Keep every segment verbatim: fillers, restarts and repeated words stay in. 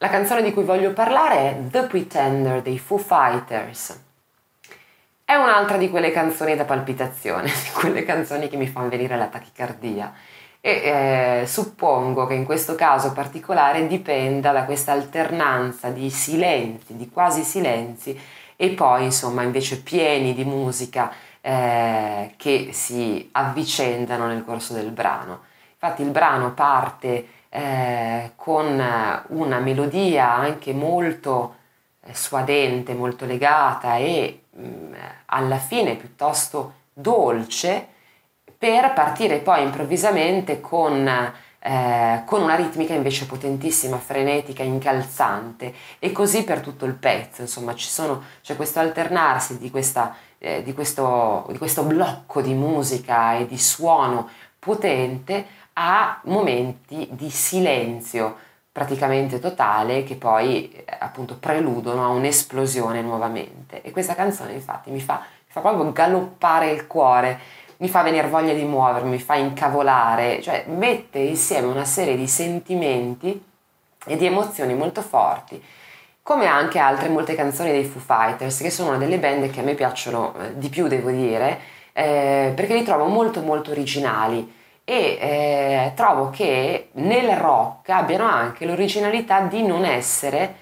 La canzone di cui voglio parlare è The Pretender dei Foo Fighters. È un'altra di quelle canzoni da palpitazione, di quelle canzoni che mi fanno venire la tachicardia e eh, suppongo che in questo caso particolare dipenda da questa alternanza di silenzi, di quasi silenzi e poi insomma invece pieni di musica eh, che si avvicendano nel corso del brano. Infatti il brano parte eh, con una melodia anche molto eh, suadente, molto legata e mh, alla fine piuttosto dolce, per partire poi improvvisamente con, eh, con una ritmica invece potentissima, frenetica, incalzante, e così per tutto il pezzo. Insomma, ci sono, c'è questo alternarsi di, questa, eh, di, questo, di questo blocco di musica e di suono potente a momenti di silenzio praticamente totale che poi eh, appunto preludono a un'esplosione nuovamente. E questa canzone infatti mi fa, mi fa proprio galoppare il cuore, mi fa venire voglia di muovermi, mi fa incavolare, cioè mette insieme una serie di sentimenti e di emozioni molto forti, come anche altre molte canzoni dei Foo Fighters, che sono una delle band che a me piacciono eh, di più, devo dire, eh, perché li trovo molto molto originali e eh, trovo che nel rock abbiano anche l'originalità di non essere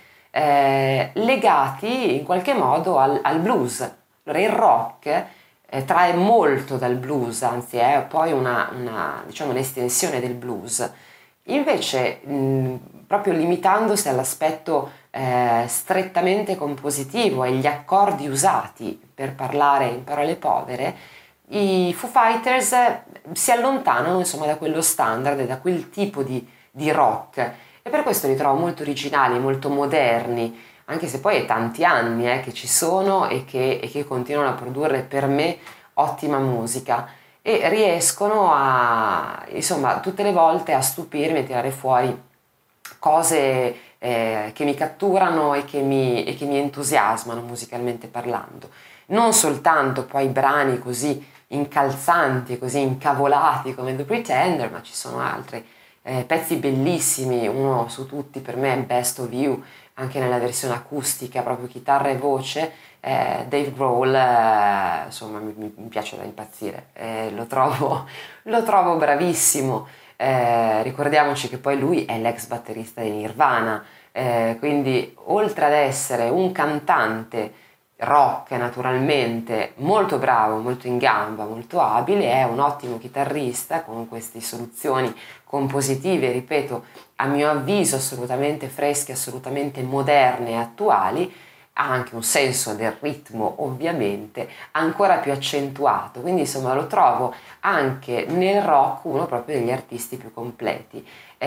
eh, legati in qualche modo al, al blues. Allora il rock eh, trae molto dal blues, anzi è poi una, una, diciamo, un'estensione del blues. Invece, mh, proprio limitandosi all'aspetto eh, strettamente compositivo e agli accordi usati per parlare in parole povere, i Foo Fighters si allontanano insomma da quello standard e da quel tipo di, di rock, e per questo li trovo molto originali, molto moderni, anche se poi è tanti anni eh, che ci sono e che, e che continuano a produrre per me ottima musica e riescono a, insomma, tutte le volte a stupirmi e tirare fuori cose eh, che mi catturano e che mi, e che mi entusiasmano musicalmente parlando. Non soltanto poi brani così incalzanti e così incavolati come The Pretender, ma ci sono altri eh, pezzi bellissimi, uno su tutti per me è Best of You, anche nella versione acustica, proprio chitarra e voce. eh, Dave Grohl eh, insomma mi, mi piace da impazzire, eh, lo trovo, lo trovo bravissimo. Eh, ricordiamoci che poi lui è l'ex batterista di Nirvana, eh, quindi oltre ad essere un cantante rock naturalmente molto bravo, molto in gamba, molto abile, è un ottimo chitarrista con queste soluzioni compositive, ripeto, a mio avviso assolutamente fresche, assolutamente moderne e attuali. Ha anche un senso del ritmo ovviamente ancora più accentuato, quindi insomma lo trovo anche nel rock uno proprio degli artisti più completi.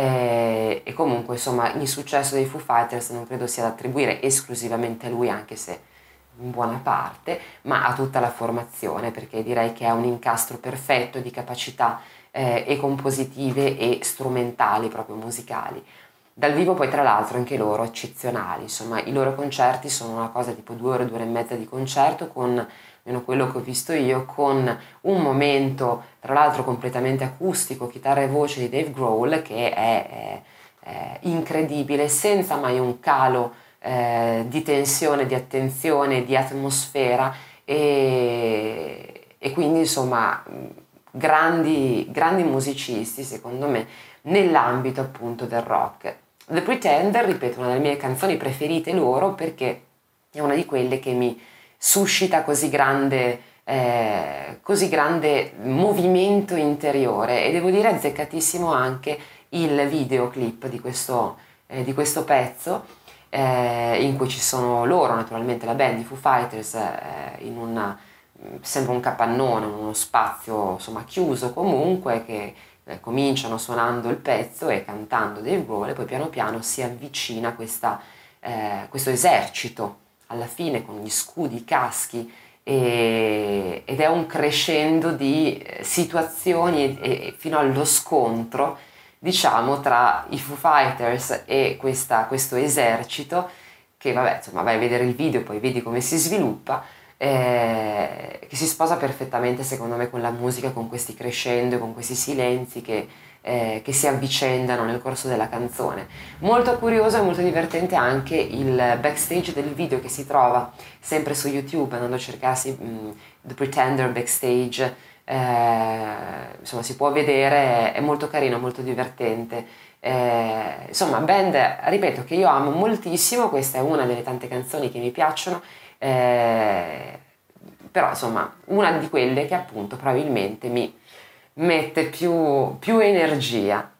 Eh, e comunque insomma il successo dei Foo Fighters non credo sia da attribuire esclusivamente a lui, anche se in buona parte, ma a tutta la formazione, perché direi che è un incastro perfetto di capacità eh, e compositive e strumentali, proprio musicali. Dal vivo poi tra l'altro anche loro eccezionali, insomma i loro concerti sono una cosa tipo due ore, due ore e mezza di concerto, con almeno quello che ho visto io, con un momento tra l'altro completamente acustico, chitarra e voce di Dave Grohl, che è, è, è incredibile, senza mai un calo eh, di tensione, di attenzione, di atmosfera, e, e quindi insomma grandi, grandi musicisti secondo me nell'ambito appunto del rock. The Pretender, ripeto, una delle mie canzoni preferite loro, perché è una di quelle che mi suscita così grande, eh, così grande movimento interiore, e devo dire azzeccatissimo anche il videoclip di questo, eh, di questo pezzo, eh, in cui ci sono loro, naturalmente la band di Foo Fighters, eh, in una, sembra un capannone, uno spazio insomma chiuso comunque, che eh, cominciano suonando il pezzo e cantando Dave Grohl, e poi piano piano si avvicina questa, eh, questo esercito alla fine con gli scudi, i caschi, e, ed è un crescendo di eh, situazioni e, e fino allo scontro, diciamo, tra i Foo Fighters e questa, questo esercito, che vabbè, insomma, vai a vedere il video, poi vedi come si sviluppa, eh, che si sposa perfettamente secondo me con la musica, con questi crescendo, con questi silenzi che eh, che si avvicendano nel corso della canzone. Molto curioso e molto divertente anche il backstage del video che si trova sempre su YouTube, andando a cercarsi mh, The Pretender backstage, eh, insomma si può vedere, è molto carino, molto divertente. Eh, insomma, band, ripeto, che io amo moltissimo, questa è una delle tante canzoni che mi piacciono, eh, però insomma una di quelle che appunto probabilmente mi mette più, più energia.